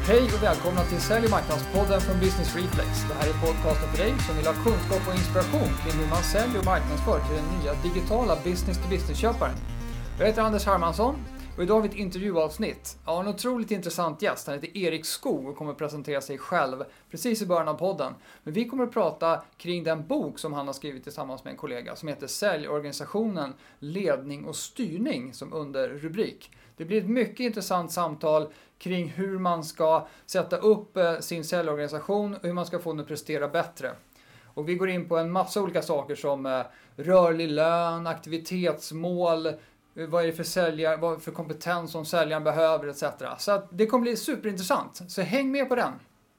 Hej och välkomna till Sälj- och marknadspodden från Business Reflex. Det här är podcasten för dig som vill ha kunskap och inspiration kring hur man säljer och marknadsför till den nya digitala business-to-business-köparen. Jag heter Anders Hermansson och idag har vi ett intervjuavsnitt. Jag har en otroligt intressant gäst. Han heter Erik Skog och kommer att presentera sig själv precis i början av podden. Men vi kommer att prata kring den bok som han har skrivit tillsammans med en kollega som heter Säljorganisationen, ledning och styrning som under rubrik. Det blir ett mycket intressant samtal kring hur man ska sätta upp sin säljorganisation och hur man ska få den att prestera bättre. Och vi går in på en massa olika saker som rörlig lön, aktivitetsmål, vad är det för säljare, vad för kompetens som säljaren behöver etc. Så att det kommer bli superintressant. Så häng med på den.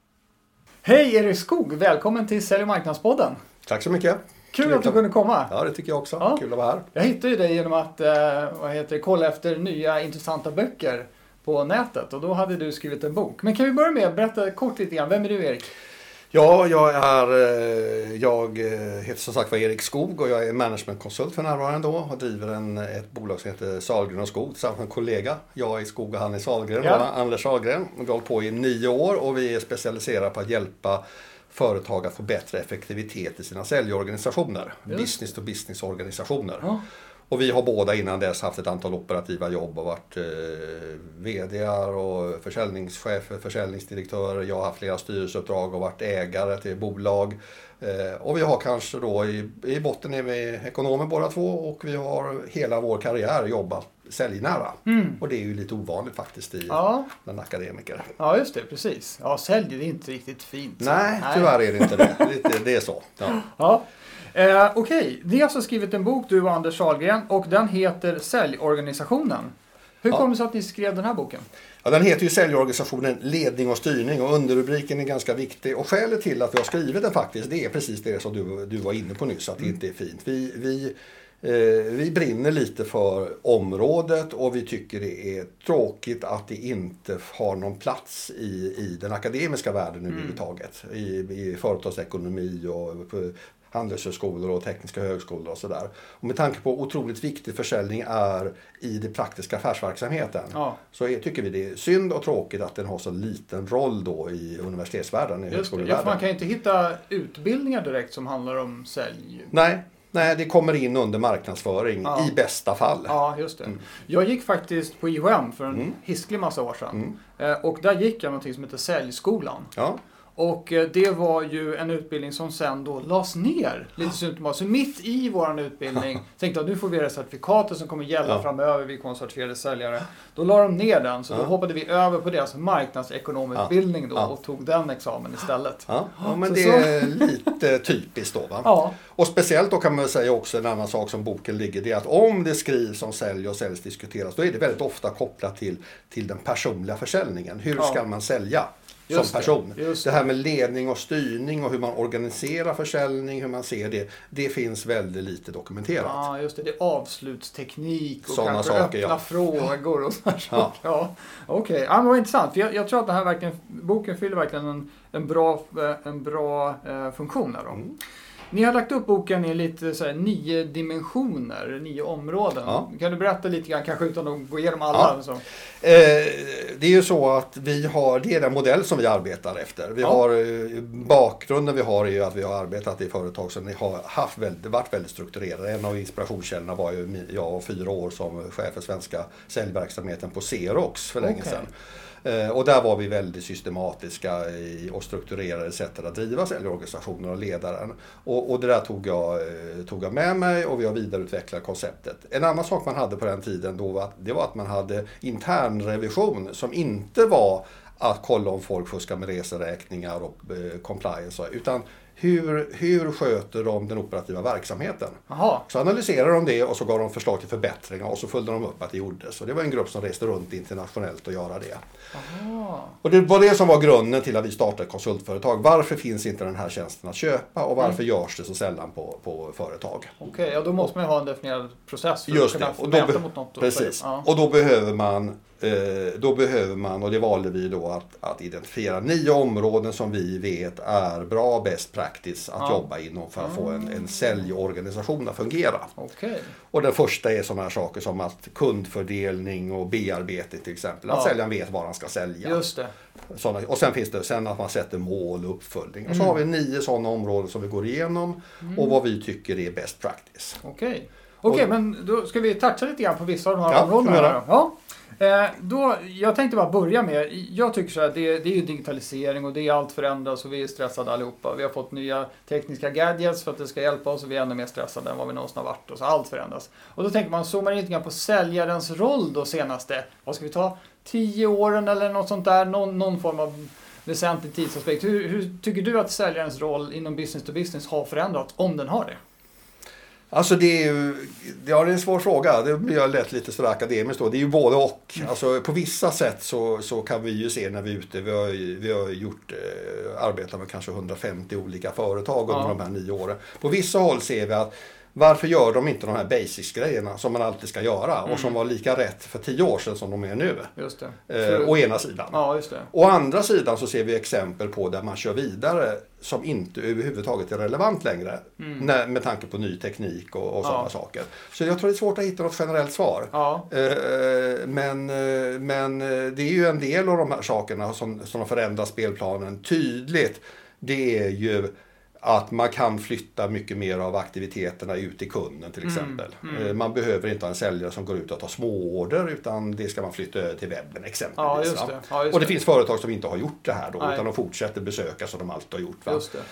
Hej Erik Skog, välkommen till Sälj- och marknadspodden. Tack så mycket. Kul att du kunde komma. Ja, det tycker jag också. Ja. Kul att vara här. Jag hittade ju dig genom att kolla efter nya intressanta böcker på nätet. Och då hade du skrivit en bok. Men kan vi börja med att berätta kort lite grann. Vem är du, Erik? Ja, jag heter som sagt Erik Skog och jag är managementkonsult för närvarande då. Och driver ett bolag som heter Sahlgren & Skog tillsammans med en kollega. Jag är Skog och han är Sahlgren, Anders Sahlgren. Och vi har hållit på i 9 år och vi är specialiserade på att hjälpa företag att få bättre effektivitet i sina säljorganisationer. Business to business organisationer. Ja. Och vi har båda innan dess haft ett antal operativa jobb och varit vd:ar och försäljningschefer, försäljningsdirektörer. Jag har haft flera styrelseuppdrag och varit ägare till bolag. Och vi har kanske då i botten är vi ekonomer båda två och vi har hela vår karriär jobbat säljnära. Och det är ju lite ovanligt faktiskt bland akademiker. Ja, just det, precis. Ja, sälj är inte riktigt fint. Nej, tyvärr är det inte det. Det är så. Ja. Okej, ni har alltså skrivit en bok, du och Anders Sahlgren, och den heter Säljorganisationen. Hur kom det sig att ni skrev den här boken? Ja, den heter ju Säljorganisationen, ledning och styrning och underrubriken är ganska viktig. Och skälet till att vi har skrivit den faktiskt, det är precis det som du var inne på nyss, att det inte är fint. Vi brinner lite för området och vi tycker det är tråkigt att det inte har någon plats i den akademiska världen överhuvudtaget. I företagsekonomi och handelshögskolor och tekniska högskolor och sådär. Och med tanke på otroligt viktig försäljning är i det praktiska affärsverksamheten så tycker vi det är synd och tråkigt att den har så liten roll då i universitetsvärlden, i högskolevärlden. Ja, man kan inte hitta utbildningar direkt som handlar om sälj. Nej, det kommer in under marknadsföring i bästa fall. Ja, just det. Jag gick faktiskt på IHM för en hisklig massa år sedan. Och där gick jag någonting som heter Säljskolan. Ja. Och det var ju en utbildning som sen då lades ner. Lite symptomatiskt. Så mitt i våran utbildning tänkte jag att nu får vi det certifikatet som kommer gälla framöver. Vi kommer certifierade säljare. Då la de ner den. Så då hoppade vi över på deras marknadsekonomutbildning då och tog den examen istället. Ja, men så, det är lite typiskt då va? Ja. Och speciellt då kan man säga också en annan sak som boken ligger. Det är att om det skrivs om sälj och säljs diskuteras då är det väldigt ofta kopplat till den personliga försäljningen. Hur ska man sälja? Som person. Det här med ledning och styrning och hur man organiserar försäljning, hur man ser det finns väldigt lite dokumenterat. Ja, just det. Det är avslutsteknik och sådana kanske saker, öppna frågor och sådana saker. Ja. Okej, men vad intressant. För jag tror att den här boken fyller verkligen en bra funktion här då. Ni har lagt upp boken i lite så här 9 dimensioner, 9 områden. Ja. Kan du berätta lite grann, kanske utan att gå igenom alla? Ja. Så. Det är ju så att det är den modell som vi arbetar efter. Bakgrunden vi har är ju att vi har arbetat i företag som har varit väldigt strukturerade. En av inspirationskällorna var ju jag och 4 år som chef för svenska säljverksamheten på Xerox för länge sedan. Och där var vi väldigt systematiska och strukturerade sätt att driva säljorganisationer och ledaren. Och det där tog jag med mig och vi har vidareutvecklat konceptet. En annan sak man hade på den tiden då det var att man hade internrevision som inte var att kolla om folk fuskar med reseräkningar och compliance utan hur sköter de den operativa verksamheten? Aha. Så analyserade de det och så gav de förslag till förbättringar och så följde de upp att det gjordes. Och det var en grupp som reste runt internationellt och göra det. Aha. Och det var det som var grunden till att vi startade ett konsultföretag. Varför finns inte den här tjänsten att köpa och varför görs det så sällan på företag? Okej, då måste man ju ha en definierad process för att kunna mäta mot något. Precis, och då behöver man då behöver man, och det valde vi då, att identifiera 9 områden som vi vet är bra best practice att jobba inom för att få en säljorganisation att fungera. Okay. Och den första är sådana här saker som att kundfördelning och bearbete till exempel. Att säljaren vet vad han ska sälja. Just det. Sådana, och sen finns det sen att man sätter mål och uppföljning. Och så har vi 9 sådana områden som vi går igenom och vad vi tycker är best practice. Okej, men då ska vi toucha lite grann på vissa av de här områdena. Jag tänkte bara börja med, jag tycker så här, det är ju digitalisering och det är allt förändras och vi är stressade allihopa. Vi har fått nya tekniska gadgets för att det ska hjälpa oss och vi är ännu mer stressade än vad vi någonsin har varit. Och så allt förändras. Och då tänker man, zoomar lite grann på säljarens roll då senaste, vad ska vi ta, 10 åren eller något sånt där, någon form av väsentlig tidsaspekt. Hur tycker du att säljarens roll inom business to business har förändrats, om den har det? Alltså det är en svår fråga. Det blir jag lätt lite sådär akademiskt då. Det är ju både och. Alltså på vissa sätt så kan vi ju se när vi är ute. Vi har gjort arbetat med kanske 150 olika företag under de här 9 åren. På vissa håll ser vi att varför gör de inte de här basics-grejerna som man alltid ska göra och som var lika rätt för 10 år sedan som de är nu? Just det. Å ena sidan. Ja, just det. Å andra sidan så ser vi exempel på där man kör vidare som inte överhuvudtaget är relevant längre med tanke på ny teknik och sådana saker. Så jag tror det är svårt att hitta något generellt svar. Ja. Men det är ju en del av de här sakerna som förändrar spelplanen tydligt. Det är ju att man kan flytta mycket mer av aktiviteterna ut till kunden till exempel. Man behöver inte ha en säljare som går ut och tar småorder utan det ska man flytta över till webben exempelvis. Ja, just det. Och det finns företag som inte har gjort det här då utan de fortsätter besöka som de alltid har gjort. Va? Just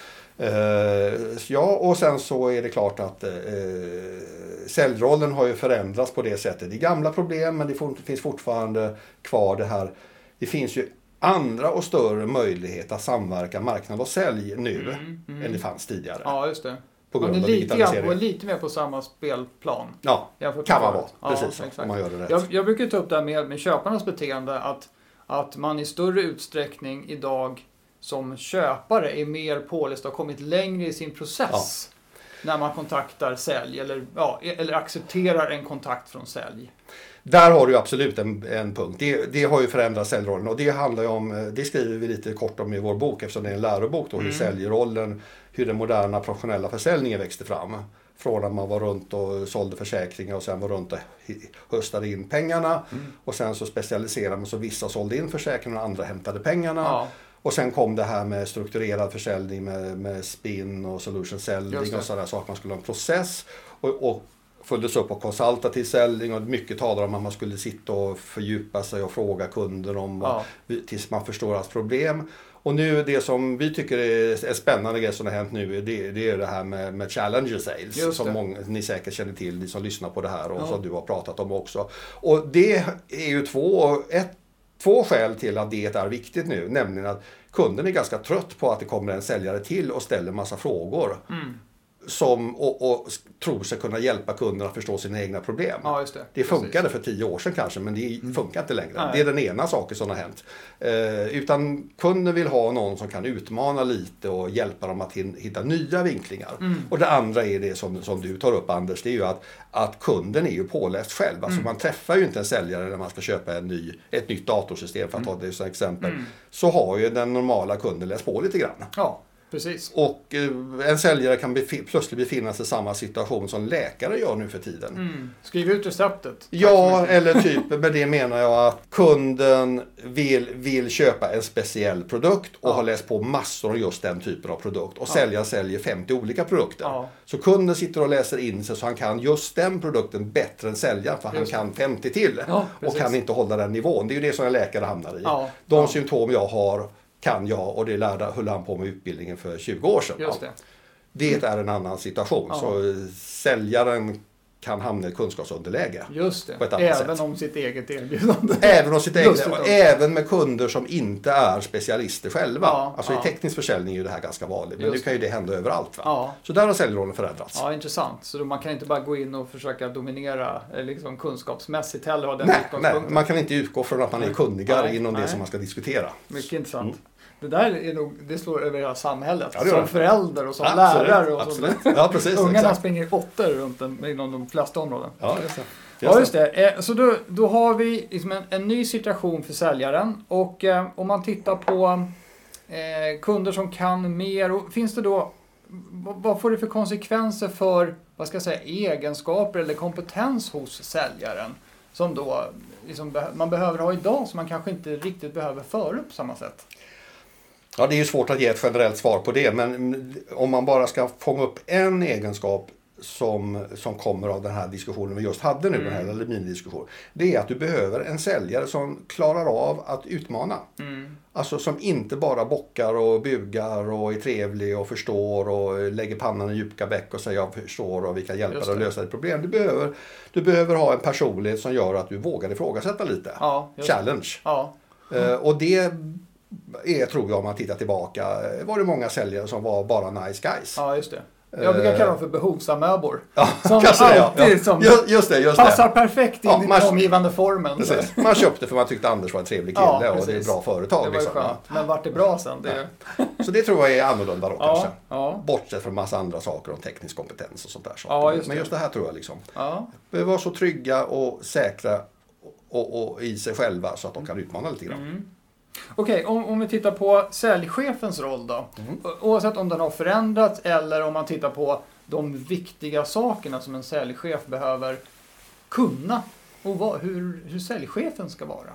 det. Och sen så är det klart att säljrollen har ju förändrats på det sättet. Det är gamla problem men det finns fortfarande kvar det här. Det finns ju andra och större möjlighet att samverka marknad och sälj nu än det fanns tidigare. Ja, just det. På grund man av digitalisering. lite mer på samma spelplan. Ja, kan man vara. Precis, om man gör det rätt. Jag brukar ta upp det här med köparnas beteende att man i större utsträckning idag som köpare är mer påläst och har kommit längre i sin process när man kontaktar sälj eller accepterar en kontakt från sälj. Där har du absolut en punkt. Det har ju förändrat säljrollen och det handlar ju om, det skriver vi lite kort om i vår bok eftersom det är en lärobok då, hur säljrollen, hur den moderna professionella försäljningen växte fram. Från att man var runt och sålde försäkringar och sen var runt och höstade in pengarna och sen så specialiserade man så vissa sålde in försäkringar och andra hämtade pengarna. Ja. Och sen kom det här med strukturerad försäljning med spin och solution selling och sådär så att man skulle ha en process och följdes upp av konsultativ säljning och mycket talar om att man skulle sitta och fördjupa sig och fråga kunder om tills man förstår hans problem. Och nu det som vi tycker är en spännande grej som har hänt nu det är det här med challenger sales som ni säkert känner till, ni som lyssnar på det här och som du har pratat om också. Och det är ju två skäl till att det är viktigt nu, nämligen att kunden är ganska trött på att det kommer en säljare till och ställer massa frågor. Som och tror sig kunna hjälpa kunden att förstå sina egna problem. Ja, just det. Det funkade för 10 år sedan kanske, men det funkar inte längre. Nej. Det är den ena saken som har hänt. Utan kunden vill ha någon som kan utmana lite och hjälpa dem att hitta nya vinklingar. Och det andra är det som du tar upp, Anders, det är ju att kunden är ju påläst själv. Alltså man träffar ju inte en säljare när man ska köpa ett nytt datorsystem, för att ta det som exempel. Så har ju den normala kunden läst på lite grann. Ja. Precis. Och en säljare kan plötsligt befinna sig i samma situation som läkare gör nu för tiden. Skriv ut receptet. Ja, eller typ med det menar jag att kunden vill köpa en speciell produkt och har läst på massor av just den typen av produkt. Och säljaren säljer 50 olika produkter. Ja. Så kunden sitter och läser in sig så han kan just den produkten bättre än säljaren för han kan 50 till. Ja, och kan inte hålla den nivån. Det är ju det som en läkare hamnar i. Ja. De symptom jag har kan jag, och det höll han på med utbildningen för 20 år sedan. Just det. Det är en annan situation. Ja. Så säljaren kan hamna i kunskapsunderläge. Just det. På ett annat även sätt. Om sitt eget erbjudande. Även om sitt eget, och även med kunder som inte är specialister själva. Ja, alltså i teknisk försäljning är ju det här ganska vanligt. Men nu kan ju det hända överallt. Va? Ja. Så där har säljrollen förändrats. Ja, intressant. Så man kan inte bara gå in och försöka dominera liksom kunskapsmässigt heller. Nej, man kan inte utgå från att man är kunnigare inom det som man ska diskutera. Mycket intressant. Det där är nog, det slår över hela samhället. Ja, som förälder och som lärare. Och absolut. Ja, precis. Ungarna springer 8 runt inom de flesta områden. Ja, det är så. Ja, just det. Så då har vi liksom en ny situation för säljaren. Och om man tittar på kunder som kan mer. Och finns det då, vad får det för konsekvenser för, vad ska jag säga, egenskaper eller kompetens hos säljaren? Som då liksom man behöver ha idag som man kanske inte riktigt behöver förut på samma sätt. Ja, det är ju svårt att ge ett generellt svar på det. Men om man bara ska fånga upp en egenskap som kommer av den här diskussionen vi just hade nu, den här aluminiumdiskussionen. Det är att du behöver en säljare som klarar av att utmana. Alltså som inte bara bockar och bugar och är trevlig och förstår och lägger pannan i djupa bäck och säger jag förstår och vi kan hjälpa dig att lösa ett problem. Du behöver ha en personlighet som gör att du vågar ifrågasätta lite. Ja, challenge. Ja. Och det är, tror jag, om man tittar tillbaka, var det många säljare som var bara nice guys. Ja, just det. Jag brukar kalla dem för behovsamöbor. Ja, som alltid som just det. Passar perfekt in i den omgivande formen. Man köpte för man tyckte Anders var en trevlig kille och det är ett bra företag. Det var liksom. Skönt. Men vart det bra sen? Så det tror jag är annorlunda då kanske. Ja. Bortsett från massa andra saker om teknisk kompetens och sånt där. Ja, men just det här tror jag liksom. Ja. Behöver vara så trygga och säkra och i sig själva så att de kan utmana lite grann. Okej, om vi tittar på säljchefens roll då. Oavsett om den har förändrats eller om man tittar på de viktiga sakerna som en säljchef behöver kunna och hur säljchefen ska vara.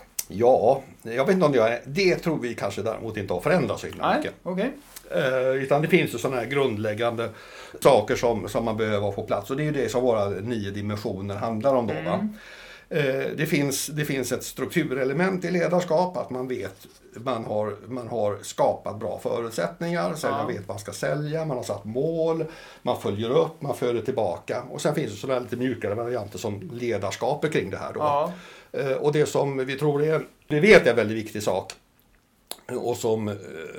Ja, jag vet inte om det tror vi kanske däremot inte har förändrats så himla mycket. Okay. Utan det finns ju sådana här grundläggande saker som man behöver ha på plats. Och det är ju det som våra 9 dimensioner handlar om då. Va? Det finns ett strukturelement i ledarskap, att man vet man har skapat bra förutsättningar, säljaren vet vad man ska sälja, man har satt mål, man följer upp, man för det tillbaka och sen finns det sådana lite mjukare varianter som ledarskapet kring det här då. Ja. Och det som vi tror det vet är en väldigt viktig sak och som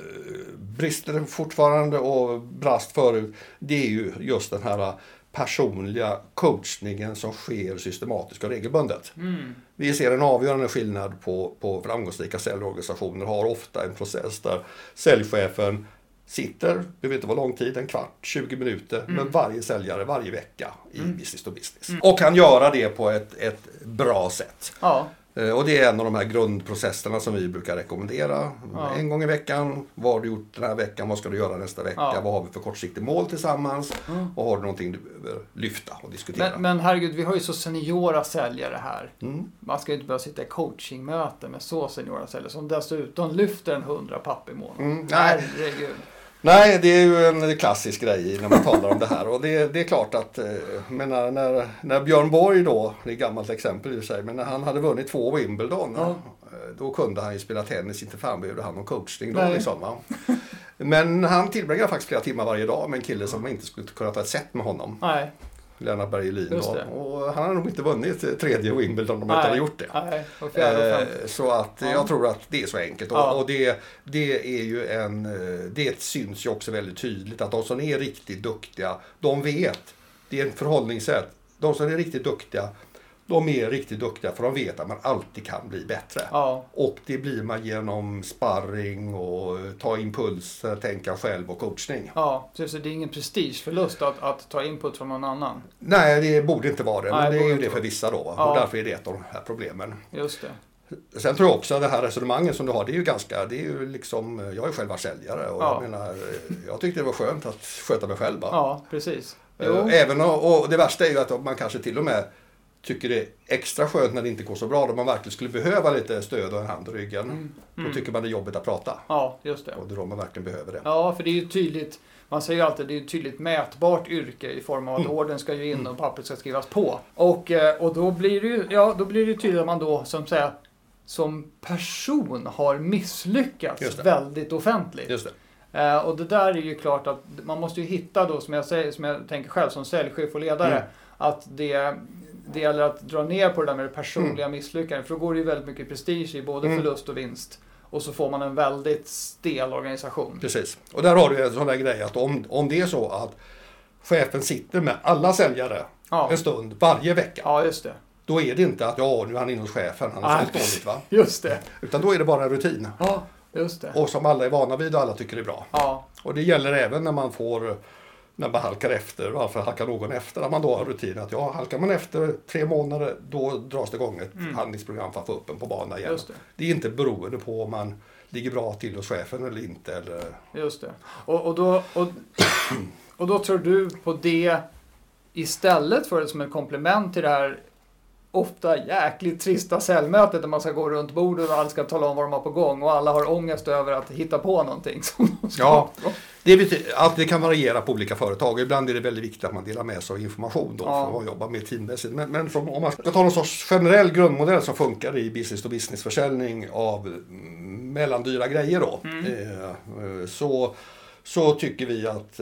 brister fortfarande och brast förut, det är ju just den här personliga coachningen som sker systematiskt och regelbundet. Vi ser en avgörande skillnad på framgångsrika säljorganisationer har ofta en process där säljchefen sitter, det behöver inte vara lång tid, en kvart, 20 minuter, med varje säljare varje vecka i business to business. Och kan göra det på ett bra sätt. Ja. Och det är en av de här grundprocesserna som vi brukar rekommendera. Ja. En gång i veckan, vad har du gjort den här veckan, vad ska du göra nästa vecka, vad har vi för kortsiktigt mål tillsammans och har du någonting du behöver lyfta och diskutera. Men herregud, vi har ju så seniora säljare här. Man ska ju inte behöva sitta i coachingmöte med så seniora säljare som dessutom lyfter en 100 papp i månaden. Herregud. Nej, det är ju en klassisk grej när man talar om det här. Och det är klart att när Björn Borg då, det är ett gammalt exempel i sig, men när han hade vunnit 2 Wimbledon, då kunde han ju spela tennis, inte fan behövde han någon coachning då liksom. Men han tillbringade faktiskt flera timmar varje dag med en kille som man inte skulle kunna ta ett set med honom. Nej. Lennart Bergelin. Och han har nog inte vunnit 3:e Wimbledon om han inte hade gjort det. Nej. Så att jag tror att det är så enkelt. Och det är ju det syns ju också väldigt tydligt att de som är riktigt duktiga, de vet, det är en förhållningssätt. De som är riktigt duktiga, de är riktigt duktiga för de vet att man alltid kan bli bättre. Ja. Och det blir man genom sparring och ta impulser, tänka själv och coachning. Ja, så det är ingen prestigeförlust att ta input från någon annan? Nej, det borde inte vara det. Men det är ju det för vissa då. Ja. Och därför är det ett av de här problemen. Just det. Sen tror jag också att det här resonemanget som du har, det är ju liksom, jag är själv säljare och jag tyckte det var skönt att sköta mig själv. Ja, precis. Och det värsta är ju att man kanske till och med tycker det är extra skönt när det inte går så bra, då man verkligen skulle behöva lite stöd och en hand i ryggen. Då tycker man det är jobbigt att prata. Ja, just det. Och det är då man verkligen behöver det. Ja, för det är ju tydligt, man säger ju alltid, det är ett tydligt mätbart yrke i form av att orden ska ju in och pappret ska skrivas på. Och då blir det ju tydligt att man då som person har misslyckats väldigt offentligt. Just det. Och det där är ju klart att man måste ju hitta då, som jag tänker själv som säljchef och ledare, att det gäller att dra ner på det där med det personliga misslyckandet. För då går det ju väldigt mycket prestige i både förlust och vinst. Och så får man en väldigt stel organisation. Precis. Och där har du en sån där grej att om det är så att chefen sitter med alla säljare en stund varje vecka. Ja, just det. Då är det inte att nu är han inne hos chefen, han är så dåligt va? Just det. Utan då är det bara en rutin. Ja, just det. Och som alla är vana vid och alla tycker är bra. Ja. Och det gäller även när man får när man halkar efter, varför halkar någon efter? Att man då har rutin att halkar man efter 3 månader, då dras det igång ett handlingsprogram för att få upp en på banan igen. Det är inte beroende på om man ligger bra till hos chefen eller inte. Eller... Just det. Och då tror du på det istället för det som ett komplement till det här ofta jäkligt trista säljmötet där man ska gå runt bordet och alla ska tala om vad de har på gång och alla har ångest över att hitta på någonting. Det kan variera på olika företag. Ibland är det väldigt viktigt att man delar med sig av information då för att jobba mer teammässigt. Men om man ska ta någon sorts generell grundmodell som funkar i business-to-business-försäljning av mellandyra grejer då, så tycker vi att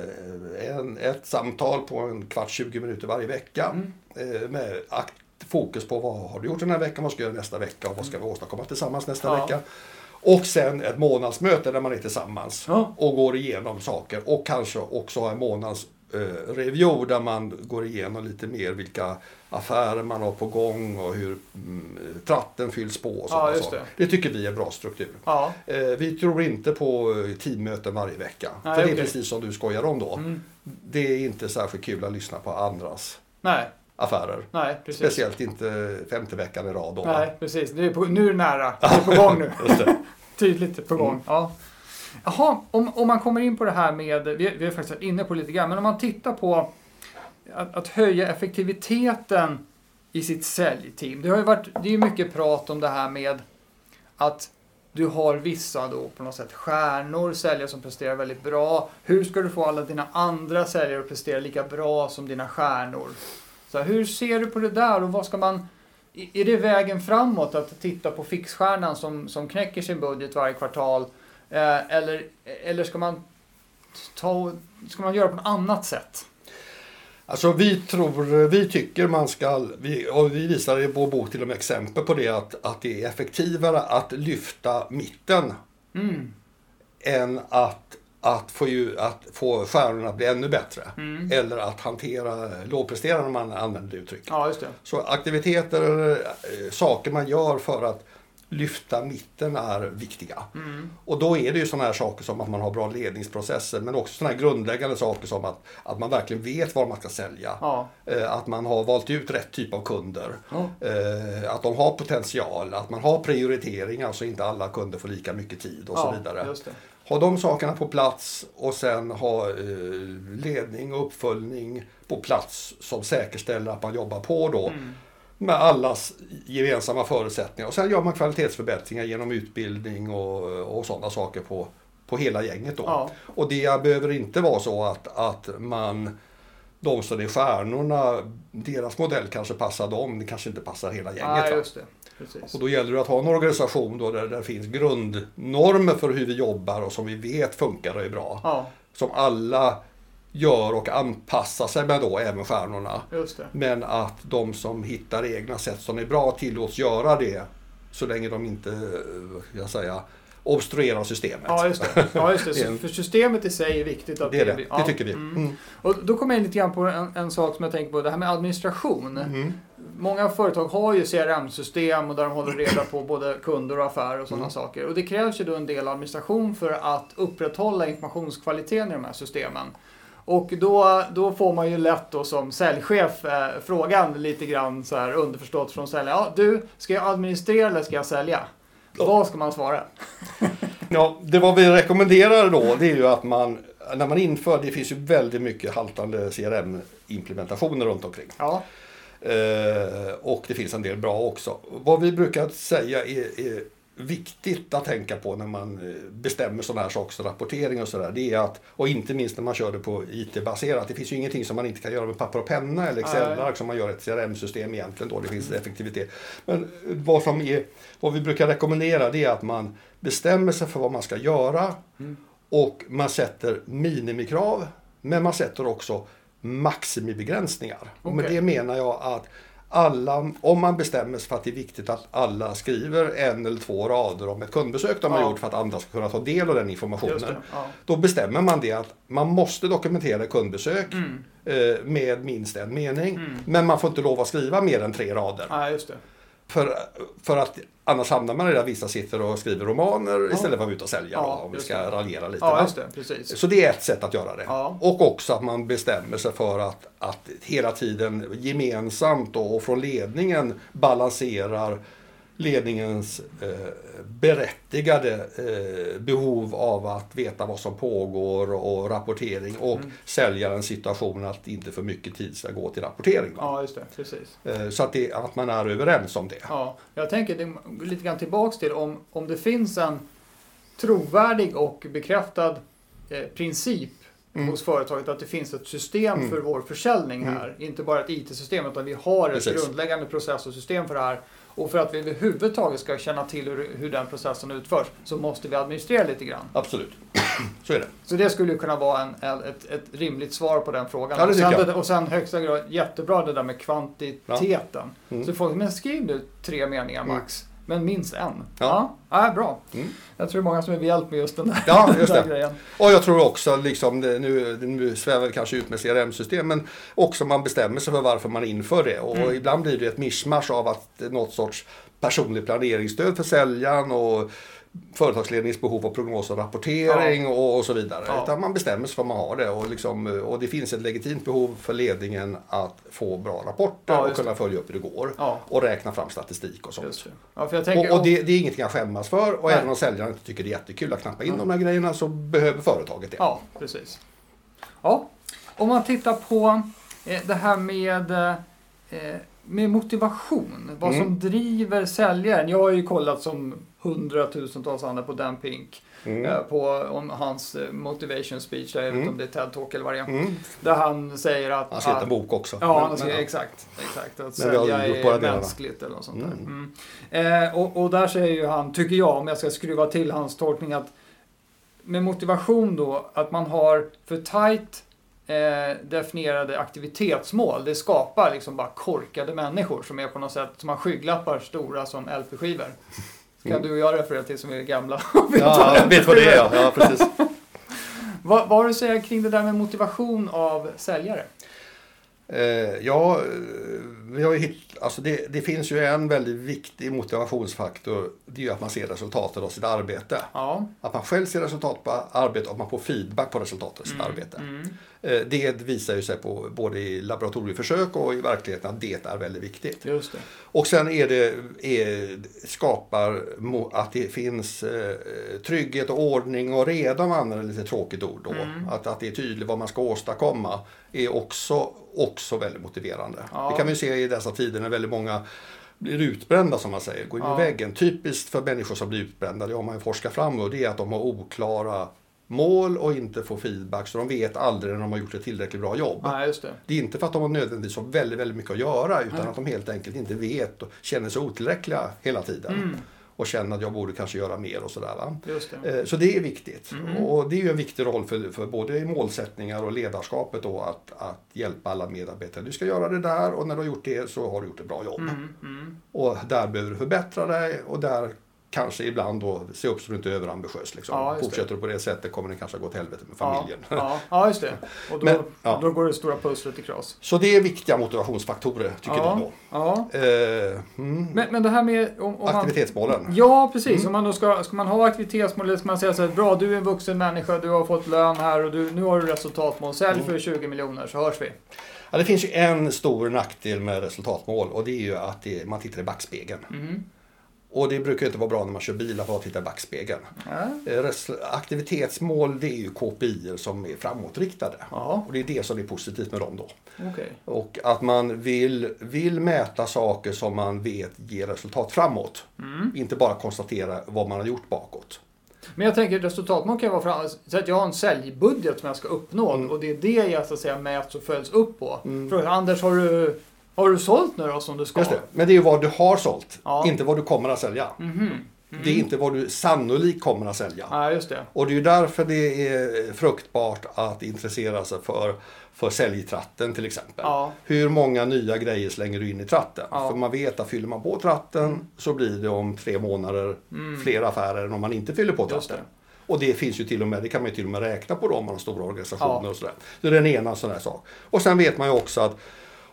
ett samtal på en kvart 20 minuter varje vecka med fokus på vad har du gjort den här veckan, vad ska jag göra nästa vecka och vad ska vi åstadkomma tillsammans nästa vecka. Och sen ett månadsmöte där man är tillsammans och går igenom saker och kanske också ha en månads review där man går igenom lite mer vilka affärer man har på gång och hur tratten fylls på och sådana saker. Det tycker vi är bra struktur. Vi tror inte på teammöten varje vecka. För det är precis som du skojar om då. Det är inte särskilt kul att lyssna på andras affärer. Nej, precis. Speciellt inte 5:e veckan i rad. Då, nej, precis. Nu är det nära. Det är på gång nu. Tydligt på gång. Jaha, om man kommer in på det här med, vi har faktiskt varit inne på lite grann, men om man tittar på att höja effektiviteten i sitt säljteam. Det är ju mycket prat om det här med att du har vissa då på något sätt stjärnor, säljare som presterar väldigt bra. Hur ska du få alla dina andra säljare att prestera lika bra som dina stjärnor? Så hur ser du på det där och vad ska man... Är det vägen framåt att titta på fixstjärnan som knäcker sin budget varje kvartal? Eller ska man göra på något annat sätt? Alltså vi tycker man ska, och vi visar i vår bok till och med exempel på det att det är effektivare att lyfta mitten än att få stjärnorna att bli ännu bättre. Eller att hantera lågpresterande om man använder det uttrycket. Ja, just det. Så aktiviteter, saker man gör för att lyfta mitten är viktiga. Och då är det ju sådana här saker som att man har bra ledningsprocesser, men också sådana här grundläggande saker som att man verkligen vet vad man ska sälja. Att man har valt ut rätt typ av kunder. Att de har potential, att man har prioriteringar så inte alla kunder får lika mycket tid och så vidare. Just det. Ha de sakerna på plats och sen ha ledning och uppföljning på plats som säkerställer att man jobbar på då. Med allas gemensamma förutsättningar. Och sen gör man kvalitetsförbättringar genom utbildning och sådana saker på hela gänget då. Och det behöver inte vara så att de som är stjärnorna, deras modell kanske passar dem, det kanske inte passar hela gänget. Just det. Precis. Och då gäller det att ha en organisation då där det finns grundnormer för hur vi jobbar och som vi vet funkar och är bra. Som alla gör och anpassar sig med då, även stjärnorna. Just det. Men att de som hittar egna sätt som är bra tillåts göra det så länge de inte, obstruerar systemet. Ja, just det. Så för systemet i sig är viktigt. Att det tycker vi. Och då kommer jag in lite grann på en sak som jag tänker på, det här med administration. Många företag har ju CRM-system och där de håller reda på både kunder och affärer och sådana saker. Och det krävs ju då en del administration för att upprätthålla informationskvaliteten i de här systemen. Och då får man ju lätt då som säljchef frågan lite grann så här underförstått från säljaren. Du, ska jag administrera eller ska jag sälja? Vad ska man svara? Det vad vi rekommenderar då, det är ju att när man inför, det finns ju väldigt mycket haltande CRM-implementationer runt omkring. Och det finns en del bra också. Vad vi brukar säga är viktigt att tänka på när man bestämmer sådana här saker, rapportering och sådär, det är att, och inte minst när man kör det på IT-baserat, det finns ju ingenting som man inte kan göra med papper och penna eller Excel-ark som man gör ett CRM-system egentligen då, det finns effektivitet. Men vad vi brukar rekommendera det är att man bestämmer sig för vad man ska göra och man sätter minimikrav, men man sätter också maximibegränsningar. Och med det menar jag att om man bestämmer sig för att det är viktigt att alla skriver 1 eller 2 rader om ett kundbesök de har gjort för att andra ska kunna ta del av den informationen. Då bestämmer man det att man måste dokumentera kundbesök med minst 1 mening. Men man får inte lov att skriva mer än 3 rader. Just det. För att annars hamnar man i det där vissa sitter och skriver romaner istället för att vara ute och sälja om vi ska raljera lite. Ja, just det, precis. Så det är ett sätt att göra det. Ja. Och också att man bestämmer sig för att hela tiden gemensamt och från ledningen balanserar ledningens berättigade behov av att veta vad som pågår och rapportering och säljarens situation att inte för mycket tid ska gå till rapportering. Ja, just det, precis. Så att man är överens om det. Ja, jag tänker det, lite grann tillbaks till om det finns en trovärdig och bekräftad princip hos företaget att det finns ett system för vår försäljning här. Inte bara ett IT-system utan vi har ett grundläggande process och system för det här. Och för att vi överhuvudtaget ska känna till hur den processen utförs så måste vi administrera lite grann. Absolut, så är det. Så det skulle ju kunna vara ett rimligt svar på den frågan. Ja, det tycker jag. Och sen högsta grad jättebra det där med kvantiteten. Ja. Så folk, men skriv nu 3 meningar max. Men minst en. Ja, bra. Jag tror det är många som är hjälp med just den där, just den där grejen. Och jag tror också, liksom, nu svävar vi kanske ut med CRM-system, men också man bestämmer sig för varför man inför det. Och ibland blir det ett mischmasch av att något sorts personlig planeringsstöd för säljaren och företagsledningens behov av prognos och rapportering och så vidare. Utan man bestämmer sig för att man har det och det finns ett legitimt behov för ledningen att få bra rapporter och kunna följa upp hur det går och räkna fram statistik och sånt. Ja, för jag tänker, och det är ingenting att skämmas för och även om säljaren inte tycker det är jättekul att knappa in de här grejerna så behöver företaget det. Ja, precis. Ja, om man tittar på det här med motivation, vad som driver säljaren. Jag har ju kollat som 100,000-tals andra på Dan Pink om hans motivation speech, jag vet inte om det är TED-talk eller vad det är. Där han säger att... Han skrivit en bok också. Ja, han skriver, exakt. Att sälja är mänskligt eller något sånt där. Och där säger ju han, tycker jag, om jag ska skruva till hans tolkning, att med motivation då, att man har för tight definierade aktivitetsmål. Det skapar liksom bara korkade människor som är på något sätt som har skygglappar stora som LP-skivor. Kan du och jag referera till som är gamla? Jag vet vad det är. Ja, precis. Vad har du att säga kring det där med motivation av säljare? Vi har ju det finns ju en väldigt viktig motivationsfaktor. Det är ju att man ser resultatet av sitt arbete. Ja. Att man själv ser resultat på arbetet och att man får feedback på resultatet av sitt arbete. Det visar ju sig på både i laboratorieförsök och i verkligheten att det är väldigt viktigt. Just det. Och sen skapar att det finns trygghet och ordning och reda, om man använder lite tråkigt ord då. Att det är tydligt vad man ska åstadkomma är också väldigt motiverande. Ja. Det kan vi se i dessa tider när väldigt många blir utbrända, som man säger, går in i väggen. Typiskt för människor som blir utbrända, det har man ju forskat fram och det är att de har oklara mål och inte får feedback, så de vet aldrig när de har gjort ett tillräckligt bra jobb. Ja, just det. Det är inte för att de har nödvändigtvis väldigt, väldigt mycket att göra, utan att de helt enkelt inte vet och känner sig otillräckliga hela tiden. Och känner att jag borde kanske göra mer och sådär. Va? Just det. Så det är viktigt. Och det är ju en viktig roll för både målsättningar och ledarskapet då, att hjälpa alla medarbetare. Du ska göra det där och när du har gjort det så har du gjort ett bra jobb. Och där behöver du förbättra dig och där kanske ibland då se upp så du inte är överambitiös. Liksom. Ja, fortsätter du på det sättet kommer det kanske gå till helvete med familjen. Ja, just det. Och då går det stora pusslet i kras. Så det är viktiga motivationsfaktorer, tycker jag då. Ja. Men det här med... aktivitetsmålen. Ja, precis. Om man då ska man ha aktivitetsmål, eller ska man säga så här, bra, du är en vuxen människa, du har fått lön här och nu har du resultatmål. Sälj för 20 miljoner så hörs vi. Ja, det finns ju en stor nackdel med resultatmål och det är ju att man tittar i backspegeln. Och det brukar inte vara bra när man kör bilar för att titta i backspegeln. Aktivitetsmål, det är ju KPI:er som är framåtriktade. Och det är det som är positivt med dem då. Okay. Och att man vill mäta saker som man vet ger resultat framåt. Inte bara konstatera vad man har gjort bakåt. Men jag tänker resultatmål kan vara så att jag har en säljbudget som jag ska uppnå. Och det är det jag så att säga mäts och följs upp på. Fråga, Anders, har du sålt nu då som du ska? Just det. Men det är ju vad du har sålt, inte vad du kommer att sälja. Det är inte vad du sannolikt kommer att sälja. Ja, just det. Och det är ju därför det är fruktbart att intressera sig för säljtratten till exempel. Hur många nya grejer slänger du in i tratten? För man vet att fyller man på tratten så blir det om 3 månader fler affärer än om man inte fyller på tratten. Och det finns ju det kan man ju till och med räkna på då, om man har stora organisationer och sådär. Så det är en ena sån här sak. Och sen vet man ju också att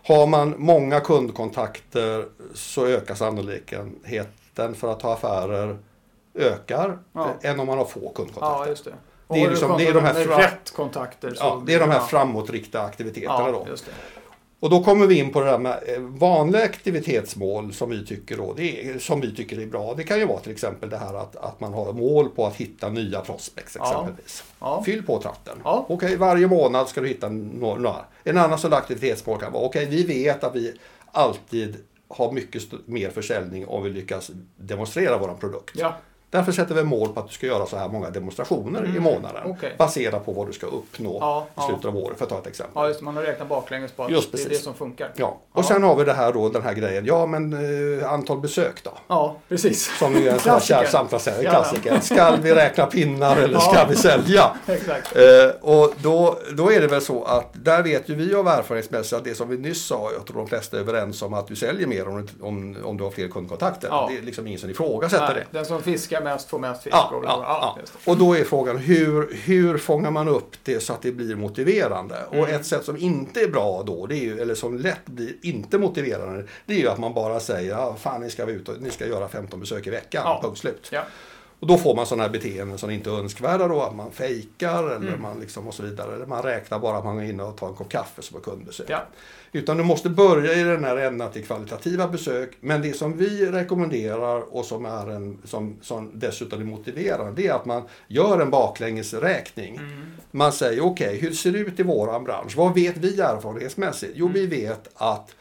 Har man många kundkontakter så ökar sannolikheten för att ta affärer ökar än om man har få kundkontakter. Ja, just det. Och det är liksom, det är de här rätt kontakter. Så det är de här framåtriktade aktiviteterna då. Just det. Och då kommer vi in på det där med vanliga aktivitetsmål som vi tycker då, som vi tycker är bra. Det kan ju vara till exempel det här att man har mål på att hitta nya prospects exempelvis. Ja. Fyll på tratten. Ja. Okej, varje månad ska du hitta några. En annan sån aktivitetsmål kan vara, okej, vi vet att vi alltid har mycket mer försäljning om vi lyckas demonstrera vår produkt. Ja. Därför sätter vi mål på att du ska göra så här många demonstrationer i månaden. Baserat på vad du ska uppnå i slutet av året, för att ta ett exempel. Ja, just det. Man har räknat baklänges på att det är det som funkar. Ja. Och sen har vi det här då, den här grejen. Ja, men antal besök då? Ja, precis. Som är en sån här kär samtalsägare, klassiker. Ska vi räkna pinnar eller ska vi sälja? Exakt. Och då är det väl så att där vet ju vi av erfarenhetsmässigt att det som vi nyss sa, jag tror de flesta är överens om att du säljer mer om du har fler kundkontakter. Ja. Det är liksom ingen som ifrågasätter det. Den som fiskar mest får mest fisk. Och då är frågan hur fångar man upp det så att det blir motiverande? Och ett sätt som inte är bra då, det är ju, eller som lätt blir inte motiverande, det är ju att man bara säger fan ni ska ut och ni ska göra 15 besök i veckan, punkt slut. Ja. Och då får man sådana här beteenden som inte är önskvärda då, att man fejkar eller man liksom och så vidare. Eller man räknar bara att man är inne och tar en kopp kaffe som ett kundbesök. Ja. Utan du måste börja i den här änden till kvalitativa besök. Men det som vi rekommenderar och som är som dessutom är motiverande, det är att man gör en baklängesräkning. Man säger okej, hur ser det ut i våran bransch? Vad vet vi erfarenhetsmässigt? Jo, vi vet att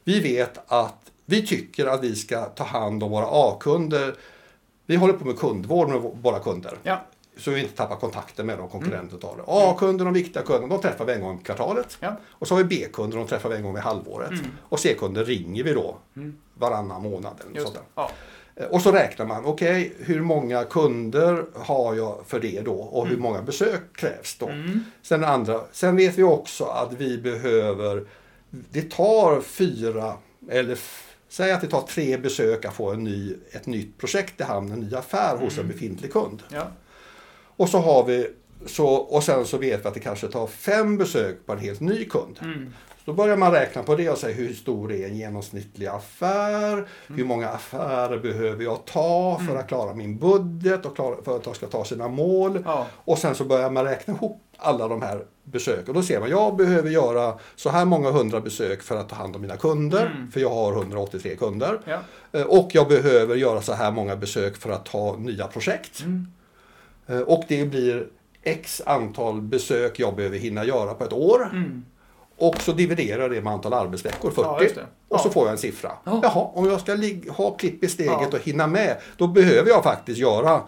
vi tycker att vi ska ta hand om våra A-kunder. Vi håller på med kundvård med våra kunder. Ja. Så vi inte tappar kontakten med de konkurrenter tar det. A-kunder, de viktiga kunderna, de träffar vi en gång i kvartalet. Ja. Och så har vi B-kunder, de träffar vi en gång i halvåret. Och C-kunder ringer vi då varannan månad. Eller sånt där. Ja. Och så räknar man, okej, hur många kunder har jag för det då? Och hur många besök krävs då? Sen vet vi också att vi behöver, det tar 4 eller säg att det tar 3 besök att få ett nytt projekt i hamn, en ny affär hos en befintlig kund. Ja. Och så har vi och sen så vet vi att det kanske tar 5 besök på en helt ny kund. Då börjar man räkna på det och säga hur stor är en genomsnittlig affär? Hur många affärer behöver jag ta för att klara min budget och företag ska ta sina mål? Ja. Och sen så börjar man räkna ihop alla de här besök. Och då ser man, jag behöver göra så här många 100 besök för att ta hand om mina kunder. För jag har 183 kunder. Ja. Och jag behöver göra så här många besök för att ta nya projekt. Och det blir x antal besök jag behöver hinna göra på ett år. Och så dividerar det med antal arbetsveckor, 40. Ja, och så får jag en siffra. Ja. Jaha, om jag ska ha klipp i steget och hinna med, då behöver jag faktiskt göra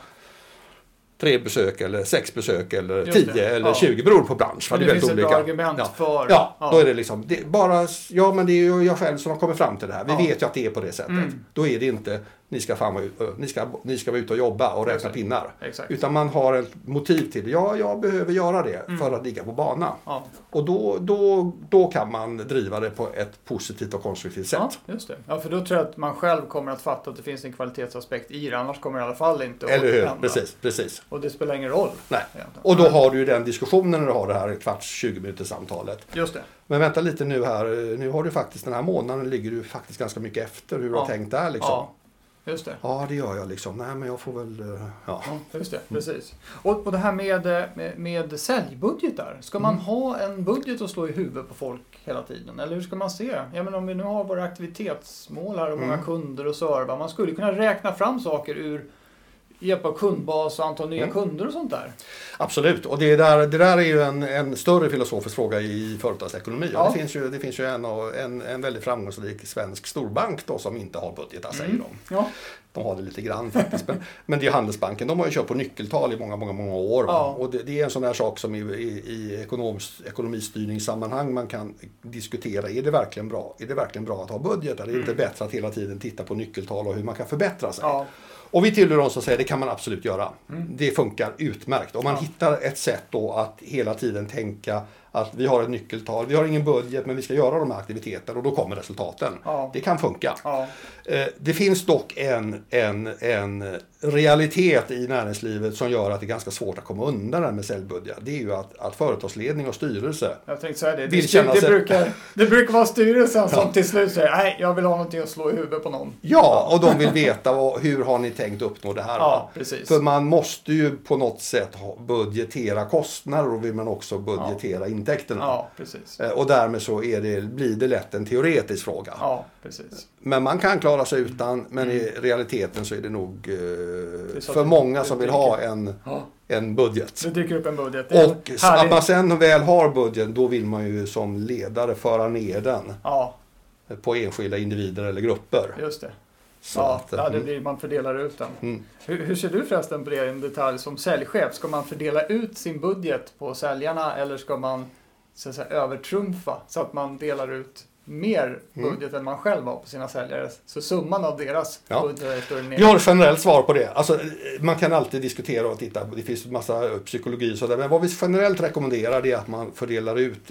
3 besök eller 6 besök eller 10 eller 20 beroende på bransch. Det finns ett bra argument för... Då är det liksom, men det är ju jag själv som har kommit fram till det här. Vi vet ju att det är på det sättet. Då är det inte, ni ska vara ute och jobba och räkna pinnar. Exakt. Utan man har ett motiv till, jag behöver göra det för att ligga på bana. Ja. Och då kan man driva det på ett positivt och konstruktivt sätt. Ja, just det. Ja, för då tror jag att man själv kommer att fatta att det finns en kvalitetsaspekt i det. Annars kommer det i alla fall inte att eller hur, precis. Och det spelar ingen roll. Nej. Och då har du ju den diskussionen när du har det här 20 minuters samtalet. Just det. Men vänta lite nu här. Nu har du faktiskt den här månaden ligger du faktiskt ganska mycket efter hur du har tänkt där liksom. Ja. Just det. Ja, det gör jag liksom. Nej, men jag får väl... Ja, just det. Precis. Och det här med säljbudgetar. Ska man ha en budget att slå i huvudet på folk hela tiden? Eller hur ska man se? Ja, men om vi nu har våra aktivitetsmål här och många kunder och serva. Man skulle kunna räkna fram saker ur hjälp av kundbas och antal nya kunder och sånt där. Absolut, och det där är ju en större filosofisk fråga i företagsekonomi. Ja. Det finns ju en väldigt framgångsrik svensk storbank då, som inte har budgetar, säger de. Ja. De har det lite grann faktiskt. Men det är Handelsbanken, de har ju kört på nyckeltal i många år. Ja. Och det är en sån här sak som i ekonomistyrningssammanhang man kan diskutera. Är det verkligen bra att ha budgetar? Det är inte bättre att hela tiden titta på nyckeltal och hur man kan förbättra sig. Ja. Och vi tillhör de som säger det kan man absolut göra. Det funkar utmärkt. Om man hittar ett sätt då att hela tiden tänka Att vi har ett nyckeltal, vi har ingen budget men vi ska göra de här aktiviteterna och då kommer resultaten. Ja. Det kan funka. Ja. Det finns dock en realitet i näringslivet som gör att det är ganska svårt att komma undan det med säljbudget. Det är ju att företagsledning och styrelse Jag tänkte säga det. Det brukar vara styrelsen som till slut säger nej, jag vill ha någonting att slå i huvudet på någon. Ja, och de vill veta hur har ni tänkt uppnå det här. Ja, precis. För man måste ju på något sätt budgetera kostnader och vill man också budgetera intäkterna. Ja, precis. Och därmed så blir det lätt en teoretisk fråga. Ja, precis. Men man kan klara sig utan, men i realiteten så är det nog för många som vill ha en budget. Det dyker upp en budget. Och att man sen väl har budget, då vill man ju som ledare föra ner den på enskilda individer eller grupper. Just det. Så det blir man fördelar ut den. Hur ser du förresten på det i en detalj som säljchef? Ska man fördela ut sin budget på säljarna eller ska man så att säga, övertrumfa så att man delar ut mer budget än man själv har på sina säljare? Så summan av deras budget är större ner. Jag har ett generellt svar på det. Alltså, man kan alltid diskutera och titta. Det finns en massa psykologi och sådär. Men vad vi generellt rekommenderar är att man fördelar ut